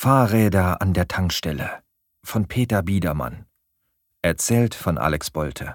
Fahrräder an der Tankstelle von Peter Biedermann. Erzählt von Alex Bolte.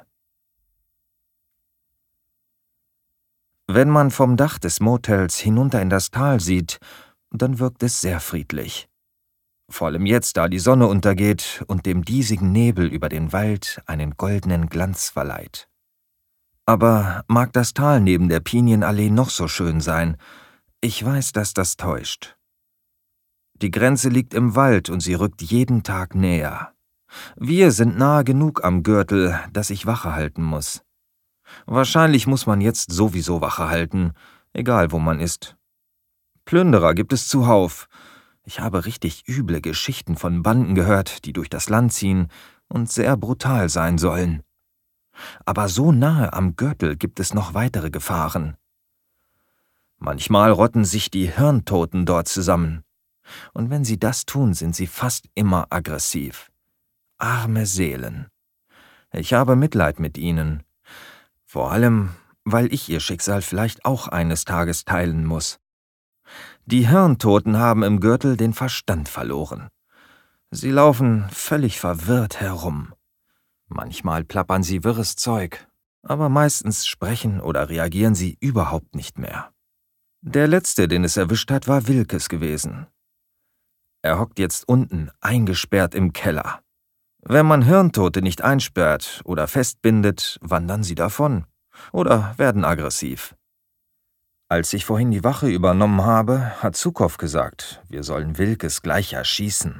Wenn man vom Dach des Motels hinunter in das Tal sieht, dann wirkt es sehr friedlich. Vor allem jetzt, da die Sonne untergeht und dem diesigen Nebel über den Wald einen goldenen Glanz verleiht. Aber mag das Tal neben der Pinienallee noch so schön sein, ich weiß, dass das täuscht. Die Grenze liegt im Wald und sie rückt jeden Tag näher. Wir sind nahe genug am Gürtel, dass ich Wache halten muss. Wahrscheinlich muss man jetzt sowieso Wache halten, egal wo man ist. Plünderer gibt es zuhauf. Ich habe richtig üble Geschichten von Banden gehört, die durch das Land ziehen und sehr brutal sein sollen. Aber so nahe am Gürtel gibt es noch weitere Gefahren. Manchmal rotten sich die Hirntoten dort zusammen. Und wenn sie das tun, sind sie fast immer aggressiv. Arme Seelen. Ich habe Mitleid mit ihnen. Vor allem, weil ich ihr Schicksal vielleicht auch eines Tages teilen muss. Die Hirntoten haben im Gürtel den Verstand verloren. Sie laufen völlig verwirrt herum. Manchmal plappern sie wirres Zeug, aber meistens sprechen oder reagieren sie überhaupt nicht mehr. Der letzte, den es erwischt hat, war Wilkes gewesen. Er hockt jetzt unten, eingesperrt im Keller. Wenn man Hirntote nicht einsperrt oder festbindet, wandern sie davon oder werden aggressiv. Als ich vorhin die Wache übernommen habe, hat Zukow gesagt, wir sollen Wilkes gleich erschießen.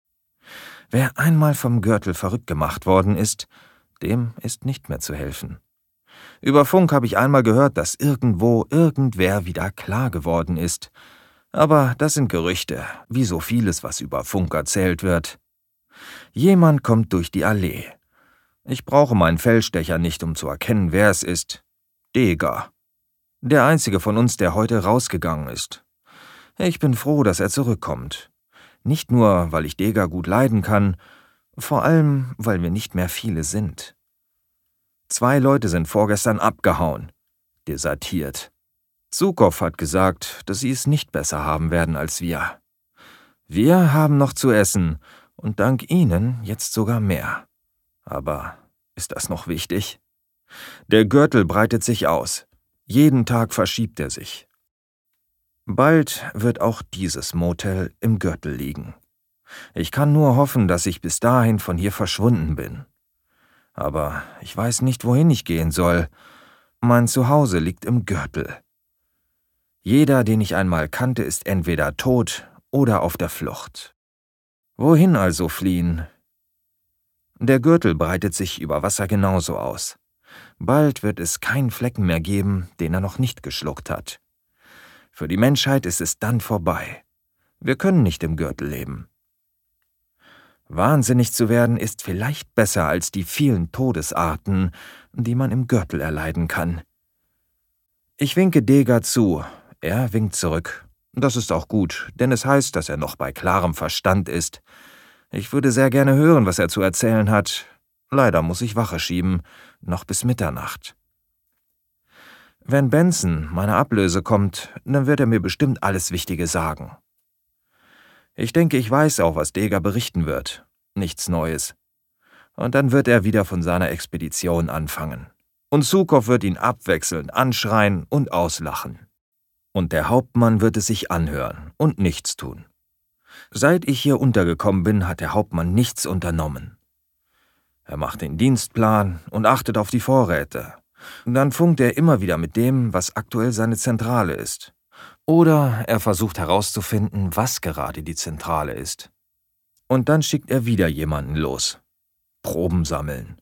Wer einmal vom Gürtel verrückt gemacht worden ist, dem ist nicht mehr zu helfen. Über Funk habe ich einmal gehört, dass irgendwo irgendwer wieder klar geworden ist. Aber das sind Gerüchte, wie so vieles, was über Funk erzählt wird. Jemand kommt durch die Allee. Ich brauche meinen Feldstecher nicht, um zu erkennen, wer es ist. Deger. Der einzige von uns, der heute rausgegangen ist. Ich bin froh, dass er zurückkommt. Nicht nur, weil ich Deger gut leiden kann, vor allem, weil wir nicht mehr viele sind. 2 Leute sind vorgestern abgehauen. Desertiert. Zukow hat gesagt, dass sie es nicht besser haben werden als wir. Wir haben noch zu essen und dank ihnen jetzt sogar mehr. Aber ist das noch wichtig? Der Gürtel breitet sich aus. Jeden Tag verschiebt er sich. Bald wird auch dieses Motel im Gürtel liegen. Ich kann nur hoffen, dass ich bis dahin von hier verschwunden bin. Aber ich weiß nicht, wohin ich gehen soll. Mein Zuhause liegt im Gürtel. Jeder, den ich einmal kannte, ist entweder tot oder auf der Flucht. Wohin also fliehen? Der Gürtel breitet sich über Wasser genauso aus. Bald wird es keinen Flecken mehr geben, den er noch nicht geschluckt hat. Für die Menschheit ist es dann vorbei. Wir können nicht im Gürtel leben. Wahnsinnig zu werden ist vielleicht besser als die vielen Todesarten, die man im Gürtel erleiden kann. Ich winke Deger zu. Er winkt zurück. Das ist auch gut, denn es heißt, dass er noch bei klarem Verstand ist. Ich würde sehr gerne hören, was er zu erzählen hat. Leider muss ich Wache schieben, noch bis Mitternacht. Wenn Benson, meine Ablöse, kommt, dann wird er mir bestimmt alles Wichtige sagen. Ich denke, ich weiß auch, was Deger berichten wird. Nichts Neues. Und dann wird er wieder von seiner Expedition anfangen. Und Zukow wird ihn abwechselnd anschreien und auslachen. Und der Hauptmann wird es sich anhören und nichts tun. Seit ich hier untergekommen bin, hat der Hauptmann nichts unternommen. Er macht den Dienstplan und achtet auf die Vorräte. Und dann funkt er immer wieder mit dem, was aktuell seine Zentrale ist. Oder er versucht herauszufinden, was gerade die Zentrale ist. Und dann schickt er wieder jemanden los. Proben sammeln.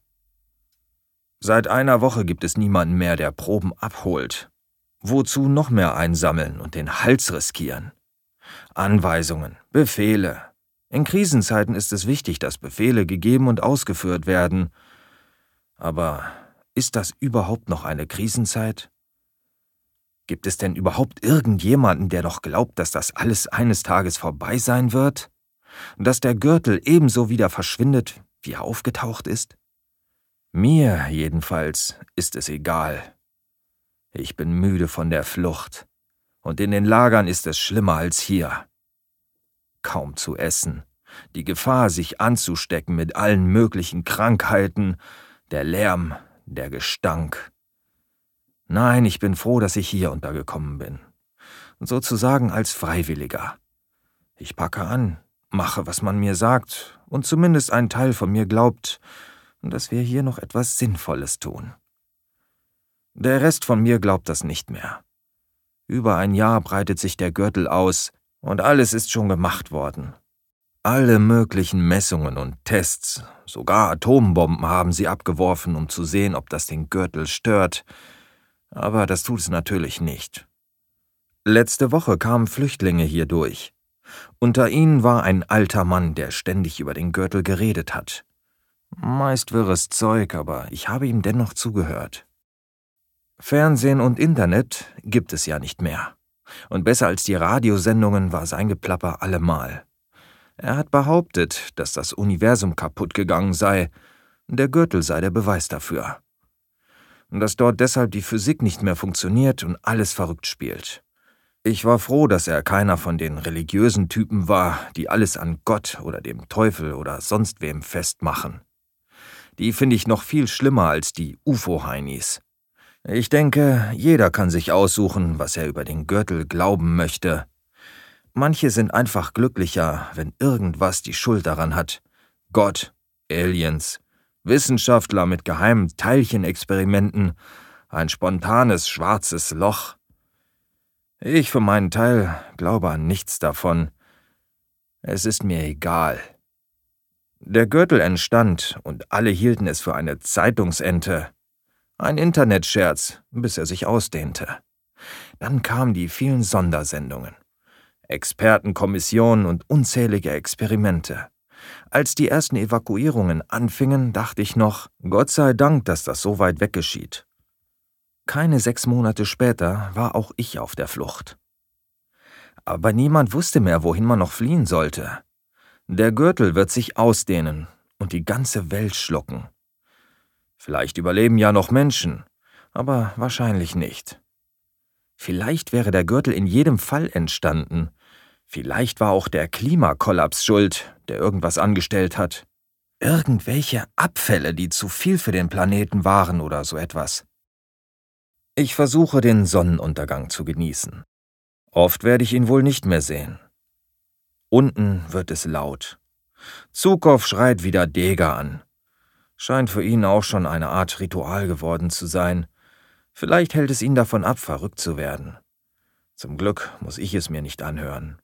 Seit einer Woche gibt es niemanden mehr, der Proben abholt. Wozu noch mehr einsammeln und den Hals riskieren? Anweisungen, Befehle. In Krisenzeiten ist es wichtig, dass Befehle gegeben und ausgeführt werden. Aber ist das überhaupt noch eine Krisenzeit? Gibt es denn überhaupt irgendjemanden, der noch glaubt, dass das alles eines Tages vorbei sein wird? Dass der Gürtel ebenso wieder verschwindet, wie er aufgetaucht ist? Mir jedenfalls ist es egal. Ich bin müde von der Flucht. Und in den Lagern ist es schlimmer als hier. kaum zu essen. Die Gefahr, sich anzustecken mit allen möglichen Krankheiten, der Lärm, der Gestank. Nein, ich bin froh, dass ich hier untergekommen bin. Sozusagen als Freiwilliger. Ich packe an, mache, was man mir sagt, und zumindest ein Teil von mir glaubt, dass wir hier noch etwas Sinnvolles tun. Der Rest von mir glaubt das nicht mehr. Über ein Jahr breitet sich der Gürtel aus, und alles ist schon gemacht worden. Alle möglichen Messungen und Tests, sogar Atombomben haben sie abgeworfen, um zu sehen, ob das den Gürtel stört. Aber das tut es natürlich nicht. Letzte Woche kamen Flüchtlinge hier durch. Unter ihnen war ein alter Mann, der ständig über den Gürtel geredet hat. Meist wirres Zeug, aber ich habe ihm dennoch zugehört. Fernsehen und Internet gibt es ja nicht mehr. Und besser als die Radiosendungen war sein Geplapper allemal. Er hat behauptet, dass das Universum kaputt gegangen sei. Der Gürtel sei der Beweis dafür. Und dass dort deshalb die Physik nicht mehr funktioniert und alles verrückt spielt. Ich war froh, dass er keiner von den religiösen Typen war, die alles an Gott oder dem Teufel oder sonst wem festmachen. Die finde ich noch viel schlimmer als die UFO-Heinis. Ich denke, jeder kann sich aussuchen, was er über den Gürtel glauben möchte. Manche sind einfach glücklicher, wenn irgendwas die Schuld daran hat. Gott, Aliens, Wissenschaftler mit geheimen Teilchenexperimenten, ein spontanes schwarzes Loch. Ich für meinen Teil glaube an nichts davon. Es ist mir egal. Der Gürtel entstand und alle hielten es für eine Zeitungsente. Ein Internetscherz, bis er sich ausdehnte. Dann kamen die vielen Sondersendungen. Expertenkommissionen und unzählige Experimente. Als die ersten Evakuierungen anfingen, dachte ich noch, Gott sei Dank, dass das so weit weg geschieht. Keine 6 Monate später war auch ich auf der Flucht. Aber niemand wusste mehr, wohin man noch fliehen sollte. Der Gürtel wird sich ausdehnen und die ganze Welt schlucken. Vielleicht überleben ja noch Menschen, aber wahrscheinlich nicht. Vielleicht wäre der Gürtel in jedem Fall entstanden. Vielleicht war auch der Klimakollaps schuld, der irgendwas angestellt hat. Irgendwelche Abfälle, die zu viel für den Planeten waren oder so etwas. Ich versuche, den Sonnenuntergang zu genießen. Oft werde ich ihn wohl nicht mehr sehen. Unten wird es laut. Zukow schreit wieder Deger an. Scheint für ihn auch schon eine Art Ritual geworden zu sein. Vielleicht hält es ihn davon ab, verrückt zu werden. Zum Glück muss ich es mir nicht anhören.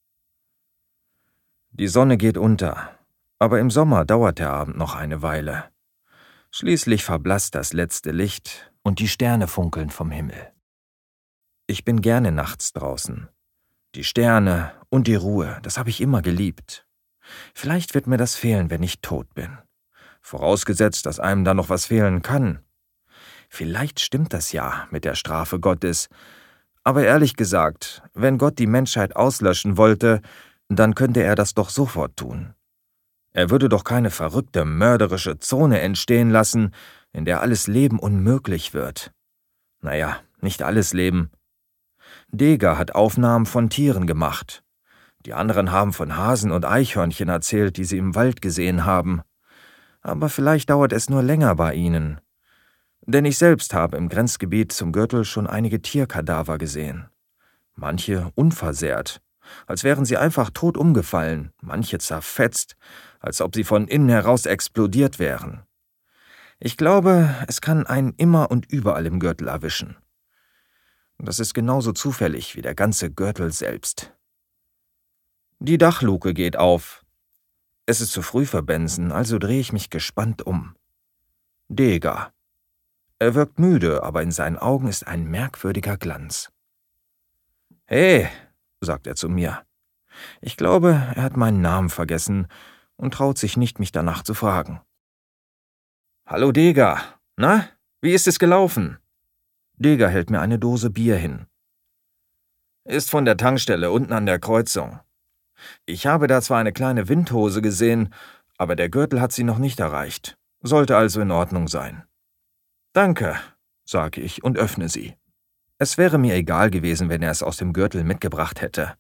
Die Sonne geht unter, aber im Sommer dauert der Abend noch eine Weile. Schließlich verblasst das letzte Licht und die Sterne funkeln vom Himmel. Ich bin gerne nachts draußen. Die Sterne und die Ruhe, das habe ich immer geliebt. Vielleicht wird mir das fehlen, wenn ich tot bin. Vorausgesetzt, dass einem da noch was fehlen kann. Vielleicht stimmt das ja mit der Strafe Gottes. Aber ehrlich gesagt, wenn Gott die Menschheit auslöschen wollte, dann könnte er das doch sofort tun. Er würde doch keine verrückte, mörderische Zone entstehen lassen, in der alles Leben unmöglich wird. Naja, nicht alles Leben. Deger hat Aufnahmen von Tieren gemacht. Die anderen haben von Hasen und Eichhörnchen erzählt, die sie im Wald gesehen haben. Aber vielleicht dauert es nur länger bei ihnen. Denn ich selbst habe im Grenzgebiet zum Gürtel schon einige Tierkadaver gesehen. Manche unversehrt, als wären sie einfach tot umgefallen, manche zerfetzt, als ob sie von innen heraus explodiert wären. Ich glaube, es kann einen immer und überall im Gürtel erwischen. Das ist genauso zufällig wie der ganze Gürtel selbst. Die Dachluke geht auf. Es ist zu früh für Benson, also drehe ich mich gespannt um. Deger. Er wirkt müde, aber in seinen Augen ist ein merkwürdiger Glanz. »Hey«, sagt er zu mir. Ich glaube, er hat meinen Namen vergessen und traut sich nicht, mich danach zu fragen. »Hallo Deger, na, wie ist es gelaufen?« Deger hält mir eine Dose Bier hin. »Ist von der Tankstelle unten an der Kreuzung. Ich habe da zwar eine kleine Windhose gesehen, aber der Gürtel hat sie noch nicht erreicht. Sollte also in Ordnung sein.« »Danke«, sage ich und öffne sie. Es wäre mir egal gewesen, wenn er es aus dem Gürtel mitgebracht hätte.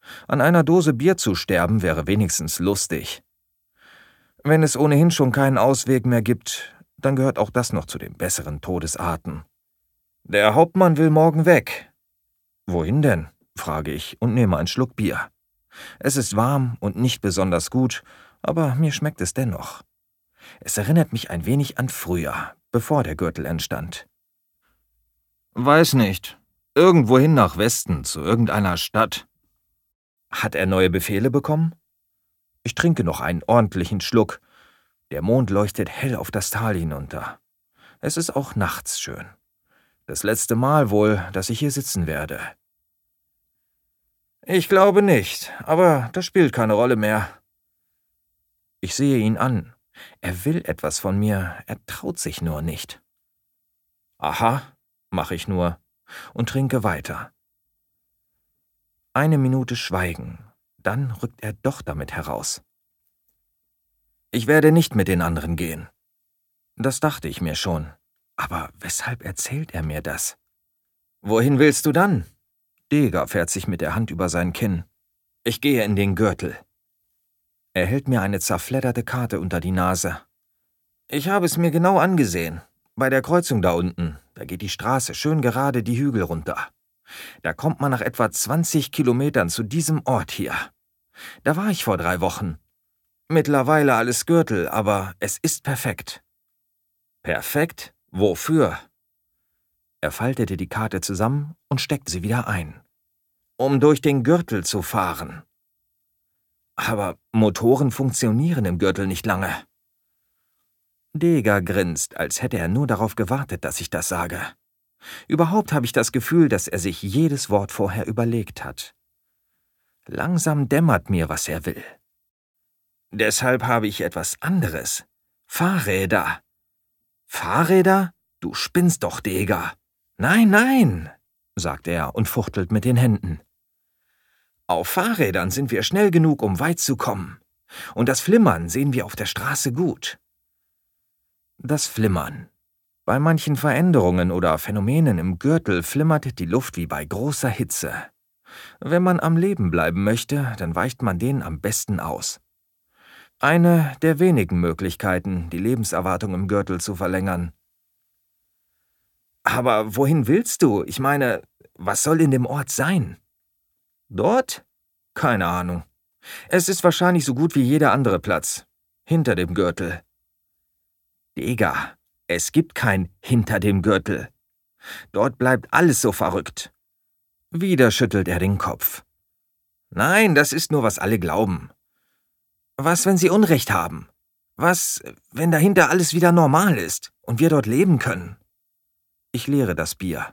An einer Dose Bier zu sterben wäre wenigstens lustig. Wenn es ohnehin schon keinen Ausweg mehr gibt, dann gehört auch das noch zu den besseren Todesarten. Der Hauptmann will morgen weg. Wohin denn? Frage ich und nehme einen Schluck Bier. Es ist warm und nicht besonders gut, aber mir schmeckt es dennoch. Es erinnert mich ein wenig an früher, bevor der Gürtel entstand. Weiß nicht. Irgendwohin nach Westen, zu irgendeiner Stadt. Hat er neue Befehle bekommen? Ich trinke noch einen ordentlichen Schluck. Der Mond leuchtet hell auf das Tal hinunter. Es ist auch nachts schön. Das letzte Mal wohl, dass ich hier sitzen werde. Ich glaube nicht, aber das spielt keine Rolle mehr. Ich sehe ihn an. Er will etwas von mir, er traut sich nur nicht. Aha, mache ich nur und trinke weiter. 1 Minute Schweigen, dann rückt er doch damit heraus. Ich werde nicht mit den anderen gehen. Das dachte ich mir schon. Aber weshalb erzählt er mir das? Wohin willst du dann? Deger fährt sich mit der Hand über sein Kinn. Ich gehe in den Gürtel. Er hält mir eine zerfledderte Karte unter die Nase. Ich habe es mir genau angesehen. Bei der Kreuzung da unten, da geht die Straße schön gerade die Hügel runter. Da kommt man nach etwa 20 Kilometern zu diesem Ort hier. Da war ich vor 3 Wochen. Mittlerweile alles Gürtel, aber es ist perfekt. Perfekt? Wofür? Er faltete die Karte zusammen und steckte sie wieder ein. Um durch den Gürtel zu fahren. Aber Motoren funktionieren im Gürtel nicht lange. Deger grinst, als hätte er nur darauf gewartet, dass ich das sage. Überhaupt habe ich das Gefühl, dass er sich jedes Wort vorher überlegt hat. Langsam dämmert mir, was er will. Deshalb habe ich etwas anderes. Fahrräder. Fahrräder? Du spinnst doch, Deger. Nein, nein, sagt er und fuchtelt mit den Händen. Auf Fahrrädern sind wir schnell genug, um weit zu kommen. Und das Flimmern sehen wir auf der Straße gut. Das Flimmern. Bei manchen Veränderungen oder Phänomenen im Gürtel flimmert die Luft wie bei großer Hitze. Wenn man am Leben bleiben möchte, dann weicht man denen am besten aus. Eine der wenigen Möglichkeiten, die Lebenserwartung im Gürtel zu verlängern. Aber wohin willst du? Ich meine, was soll in dem Ort sein? Dort? Keine Ahnung. Es ist wahrscheinlich so gut wie jeder andere Platz. Hinter dem Gürtel. Deger, es gibt kein hinter dem Gürtel. Dort bleibt alles so verrückt. Wieder schüttelt er den Kopf. Nein, das ist nur, was alle glauben. Was, wenn sie Unrecht haben? Was, wenn dahinter alles wieder normal ist und wir dort leben können? Ich leere das Bier.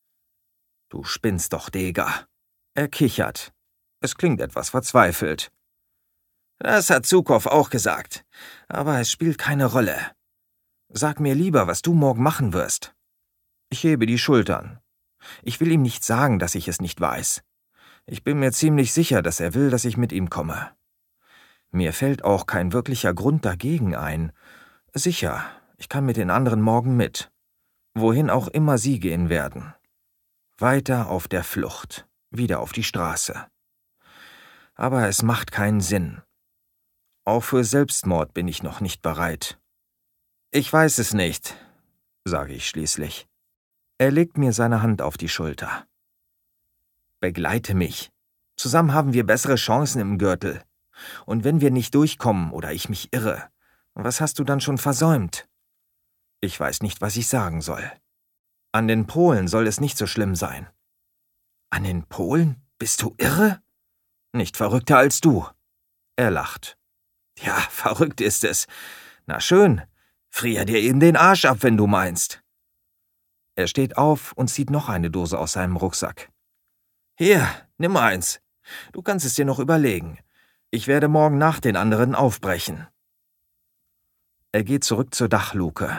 Du spinnst doch, Deger. Er kichert. Es klingt etwas verzweifelt. Das hat Zukow auch gesagt. Aber es spielt keine Rolle. Sag mir lieber, was du morgen machen wirst. Ich hebe die Schultern. Ich will ihm nicht sagen, dass ich es nicht weiß. Ich bin mir ziemlich sicher, dass er will, dass ich mit ihm komme. Mir fällt auch kein wirklicher Grund dagegen ein. Sicher, ich kann mit den anderen morgen mit. Wohin auch immer sie gehen werden. Weiter auf der Flucht, wieder auf die Straße. Aber es macht keinen Sinn. Auch für Selbstmord bin ich noch nicht bereit. Ich weiß es nicht, sage ich schließlich. Er legt mir seine Hand auf die Schulter. Begleite mich. Zusammen haben wir bessere Chancen im Gürtel. Und wenn wir nicht durchkommen oder ich mich irre, was hast du dann schon versäumt? Ich weiß nicht, was ich sagen soll. An den Polen soll es nicht so schlimm sein. An den Polen? Bist du irre? Nicht verrückter als du. Er lacht. Ja, verrückt ist es. Na schön, frier dir eben den Arsch ab, wenn du meinst. Er steht auf und zieht noch eine Dose aus seinem Rucksack. Hier, nimm eins. Du kannst es dir noch überlegen. Ich werde morgen nach den anderen aufbrechen. Er geht zurück zur Dachluke.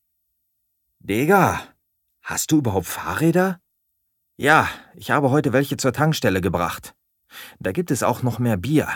Deger, hast du überhaupt Fahrräder? Ja, ich habe heute welche zur Tankstelle gebracht. Da gibt es auch noch mehr Bier.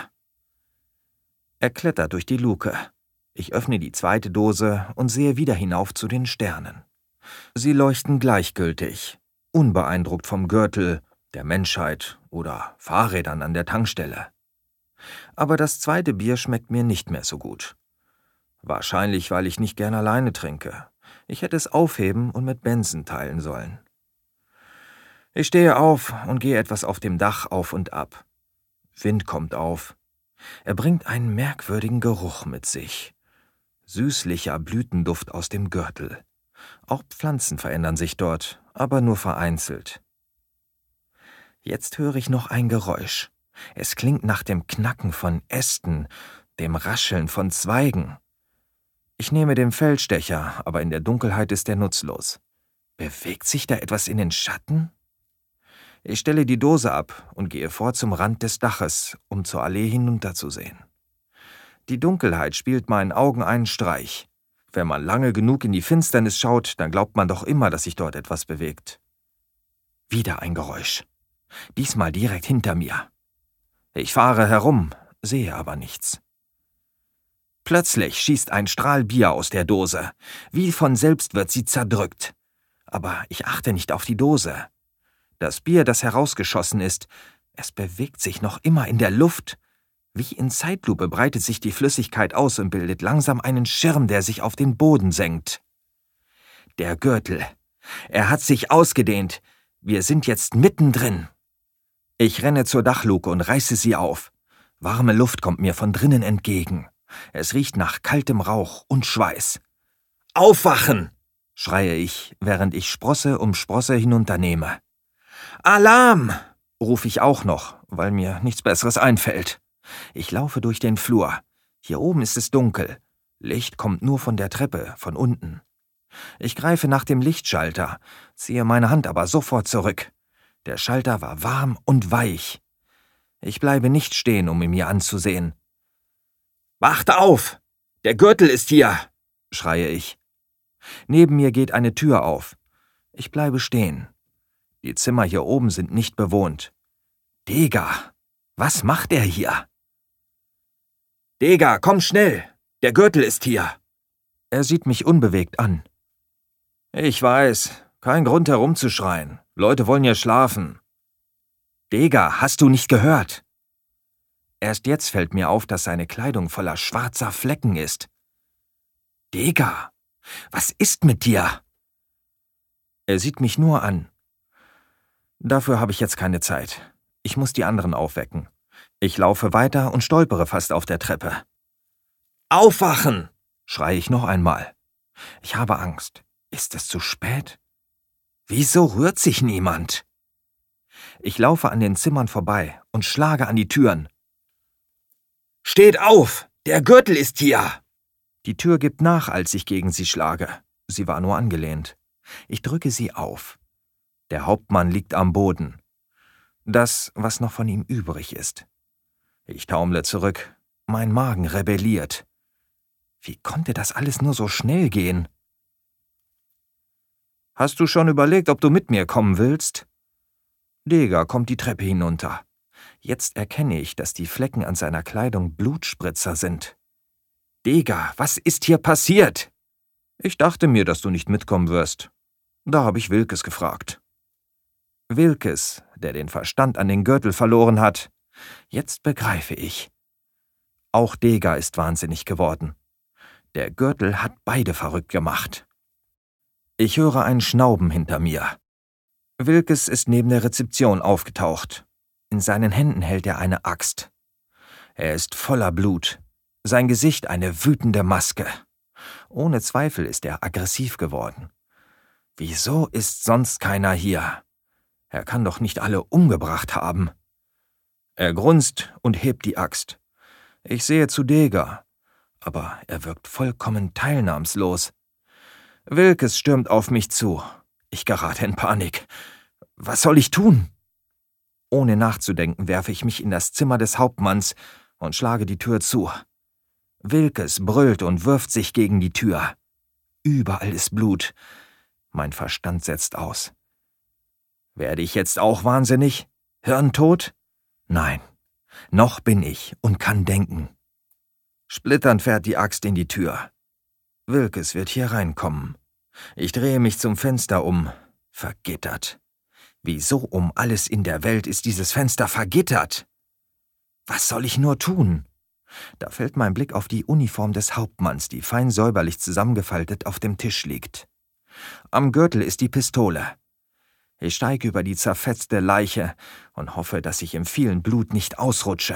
Er klettert durch die Luke. Ich öffne die zweite Dose und sehe wieder hinauf zu den Sternen. Sie leuchten gleichgültig, unbeeindruckt vom Gürtel, der Menschheit oder Fahrrädern an der Tankstelle. Aber das zweite Bier schmeckt mir nicht mehr so gut. Wahrscheinlich, weil ich nicht gern alleine trinke. Ich hätte es aufheben und mit Benson teilen sollen. Ich stehe auf und gehe etwas auf dem Dach auf und ab. Wind kommt auf. Er bringt einen merkwürdigen Geruch mit sich. Süßlicher Blütenduft aus dem Gürtel. Auch Pflanzen verändern sich dort, aber nur vereinzelt. Jetzt höre ich noch ein Geräusch. Es klingt nach dem Knacken von Ästen, dem Rascheln von Zweigen. Ich nehme den Feldstecher, aber in der Dunkelheit ist er nutzlos. Bewegt sich da etwas in den Schatten? Ich stelle die Dose ab und gehe vor zum Rand des Daches, um zur Allee hinunterzusehen. Die Dunkelheit spielt meinen Augen einen Streich. Wenn man lange genug in die Finsternis schaut, dann glaubt man doch immer, dass sich dort etwas bewegt. Wieder ein Geräusch. Diesmal direkt hinter mir. Ich fahre herum, sehe aber nichts. Plötzlich schießt ein Strahl Bier aus der Dose. Wie von selbst wird sie zerdrückt. Aber ich achte nicht auf die Dose. Das Bier, das herausgeschossen ist, es bewegt sich noch immer in der Luft. Wie in Zeitlupe breitet sich die Flüssigkeit aus und bildet langsam einen Schirm, der sich auf den Boden senkt. Der Gürtel. Er hat sich ausgedehnt. Wir sind jetzt mittendrin. Ich renne zur Dachluke und reiße sie auf. Warme Luft kommt mir von drinnen entgegen. Es riecht nach kaltem Rauch und Schweiß. »Aufwachen!« schreie ich, während ich Sprosse um Sprosse hinunternehme. »Alarm!« rufe ich auch noch, weil mir nichts Besseres einfällt. Ich laufe durch den Flur. Hier oben ist es dunkel. Licht kommt nur von der Treppe, von unten. Ich greife nach dem Lichtschalter, ziehe meine Hand aber sofort zurück. Der Schalter war warm und weich. Ich bleibe nicht stehen, um ihn mir anzusehen. »Wacht auf! Der Gürtel ist hier!« schreie ich. Neben mir geht eine Tür auf. Ich bleibe stehen. Die Zimmer hier oben sind nicht bewohnt. »Degar, was macht er hier?« »Degar, komm schnell! Der Gürtel ist hier!« Er sieht mich unbewegt an. »Ich weiß, kein Grund herumzuschreien. Leute wollen ja schlafen.« »Degar, hast du nicht gehört?« Erst jetzt fällt mir auf, dass seine Kleidung voller schwarzer Flecken ist. »Degar, was ist mit dir?« Er sieht mich nur an. Dafür habe ich jetzt keine Zeit. Ich muss die anderen aufwecken. Ich laufe weiter und stolpere fast auf der Treppe. »Aufwachen!« schreie ich noch einmal. Ich habe Angst. Ist es zu spät? Wieso rührt sich niemand? Ich laufe an den Zimmern vorbei und schlage an die Türen. »Steht auf! Der Gürtel ist hier!« Die Tür gibt nach, als ich gegen sie schlage. Sie war nur angelehnt. Ich drücke sie auf. Der Hauptmann liegt am Boden. Das, was noch von ihm übrig ist. Ich taumle zurück. Mein Magen rebelliert. Wie konnte das alles nur so schnell gehen? »Hast du schon überlegt, ob du mit mir kommen willst?« Degar kommt die Treppe hinunter. Jetzt erkenne ich, dass die Flecken an seiner Kleidung Blutspritzer sind. »Degar, was ist hier passiert?« »Ich dachte mir, dass du nicht mitkommen wirst. Da habe ich Wilkes gefragt.« Wilkes, der den Verstand an den Gürtel verloren hat. Jetzt begreife ich. Auch Degar ist wahnsinnig geworden. Der Gürtel hat beide verrückt gemacht. Ich höre ein Schnauben hinter mir. Wilkes ist neben der Rezeption aufgetaucht. In seinen Händen hält er eine Axt. Er ist voller Blut. Sein Gesicht eine wütende Maske. Ohne Zweifel ist er aggressiv geworden. Wieso ist sonst keiner hier? Er kann doch nicht alle umgebracht haben. Er grunzt und hebt die Axt. Ich sehe zu Degar, aber er wirkt vollkommen teilnahmslos. Wilkes stürmt auf mich zu. Ich gerate in Panik. Was soll ich tun? Ohne nachzudenken werfe ich mich in das Zimmer des Hauptmanns und schlage die Tür zu. Wilkes brüllt und wirft sich gegen die Tür. Überall ist Blut. Mein Verstand setzt aus. Werde ich jetzt auch wahnsinnig? Hirntot? Nein, noch bin ich und kann denken. Splitternd fährt die Axt in die Tür. Wilkes wird hier reinkommen. Ich drehe mich zum Fenster um, vergittert. Wieso um alles in der Welt ist dieses Fenster vergittert? Was soll ich nur tun? Da fällt mein Blick auf die Uniform des Hauptmanns, die fein säuberlich zusammengefaltet auf dem Tisch liegt. Am Gürtel ist die Pistole. Ich steige über die zerfetzte Leiche und hoffe, dass ich im vielen Blut nicht ausrutsche.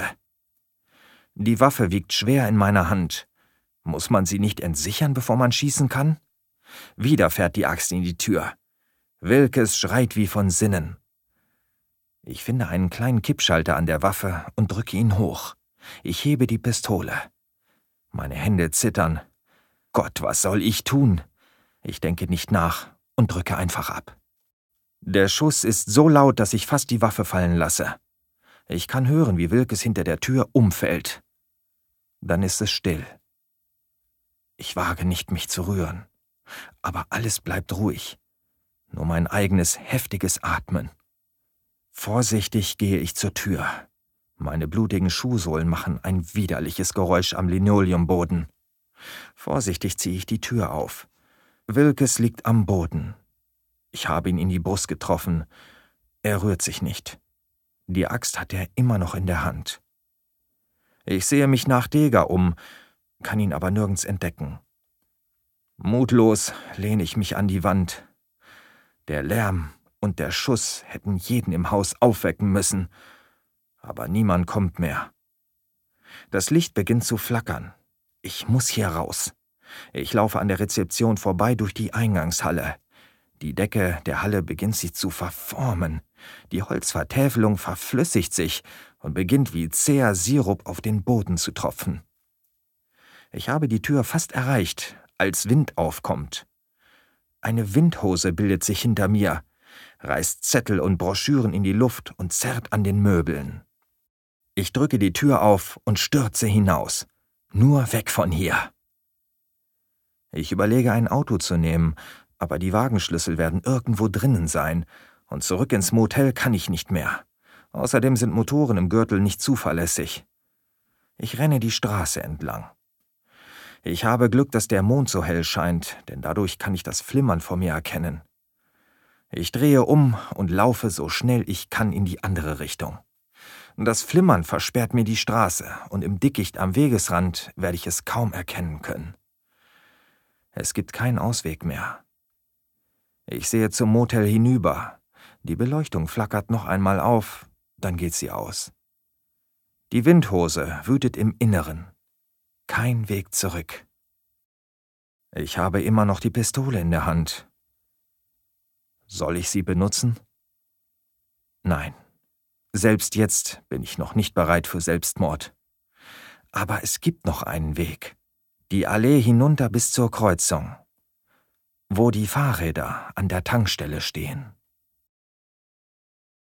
Die Waffe wiegt schwer in meiner Hand. Muss man sie nicht entsichern, bevor man schießen kann? Wieder fährt die Axt in die Tür. Wilkes schreit wie von Sinnen. Ich finde einen kleinen Kippschalter an der Waffe und drücke ihn hoch. Ich hebe die Pistole. Meine Hände zittern. Gott, was soll ich tun? Ich denke nicht nach und drücke einfach ab. Der Schuss ist so laut, dass ich fast die Waffe fallen lasse. Ich kann hören, wie Wilkes hinter der Tür umfällt. Dann ist es still. Ich wage nicht, mich zu rühren. Aber alles bleibt ruhig. Nur mein eigenes heftiges Atmen. Vorsichtig gehe ich zur Tür. Meine blutigen Schuhsohlen machen ein widerliches Geräusch am Linoleumboden. Vorsichtig ziehe ich die Tür auf. Wilkes liegt am Boden. Ich habe ihn in die Brust getroffen. Er rührt sich nicht. Die Axt hat er immer noch in der Hand. Ich sehe mich nach Deger um, kann ihn aber nirgends entdecken. Mutlos lehne ich mich an die Wand. Der Lärm und der Schuss hätten jeden im Haus aufwecken müssen, aber niemand kommt mehr. Das Licht beginnt zu flackern. Ich muss hier raus. Ich laufe an der Rezeption vorbei durch die Eingangshalle. Die Decke der Halle beginnt sich zu verformen. Die Holzvertäfelung verflüssigt sich und beginnt wie zäher Sirup auf den Boden zu tropfen. Ich habe die Tür fast erreicht, als Wind aufkommt. Eine Windhose bildet sich hinter mir, reißt Zettel und Broschüren in die Luft und zerrt an den Möbeln. Ich drücke die Tür auf und stürze hinaus. Nur weg von hier. Ich überlege, ein Auto zu nehmen, aber die Wagenschlüssel werden irgendwo drinnen sein, und zurück ins Motel kann ich nicht mehr. Außerdem sind Motoren im Gürtel nicht zuverlässig. Ich renne die Straße entlang. Ich habe Glück, dass der Mond so hell scheint, denn dadurch kann ich das Flimmern vor mir erkennen. Ich drehe um und laufe so schnell ich kann in die andere Richtung. Das Flimmern versperrt mir die Straße, und im Dickicht am Wegesrand werde ich es kaum erkennen können. Es gibt keinen Ausweg mehr. Ich sehe zum Motel hinüber. Die Beleuchtung flackert noch einmal auf, dann geht sie aus. Die Windhose wütet im Inneren. Kein Weg zurück. Ich habe immer noch die Pistole in der Hand. Soll ich sie benutzen? Nein. Selbst jetzt bin ich noch nicht bereit für Selbstmord. Aber es gibt noch einen Weg. Die Allee hinunter bis zur Kreuzung, wo die Fahrräder an der Tankstelle stehen.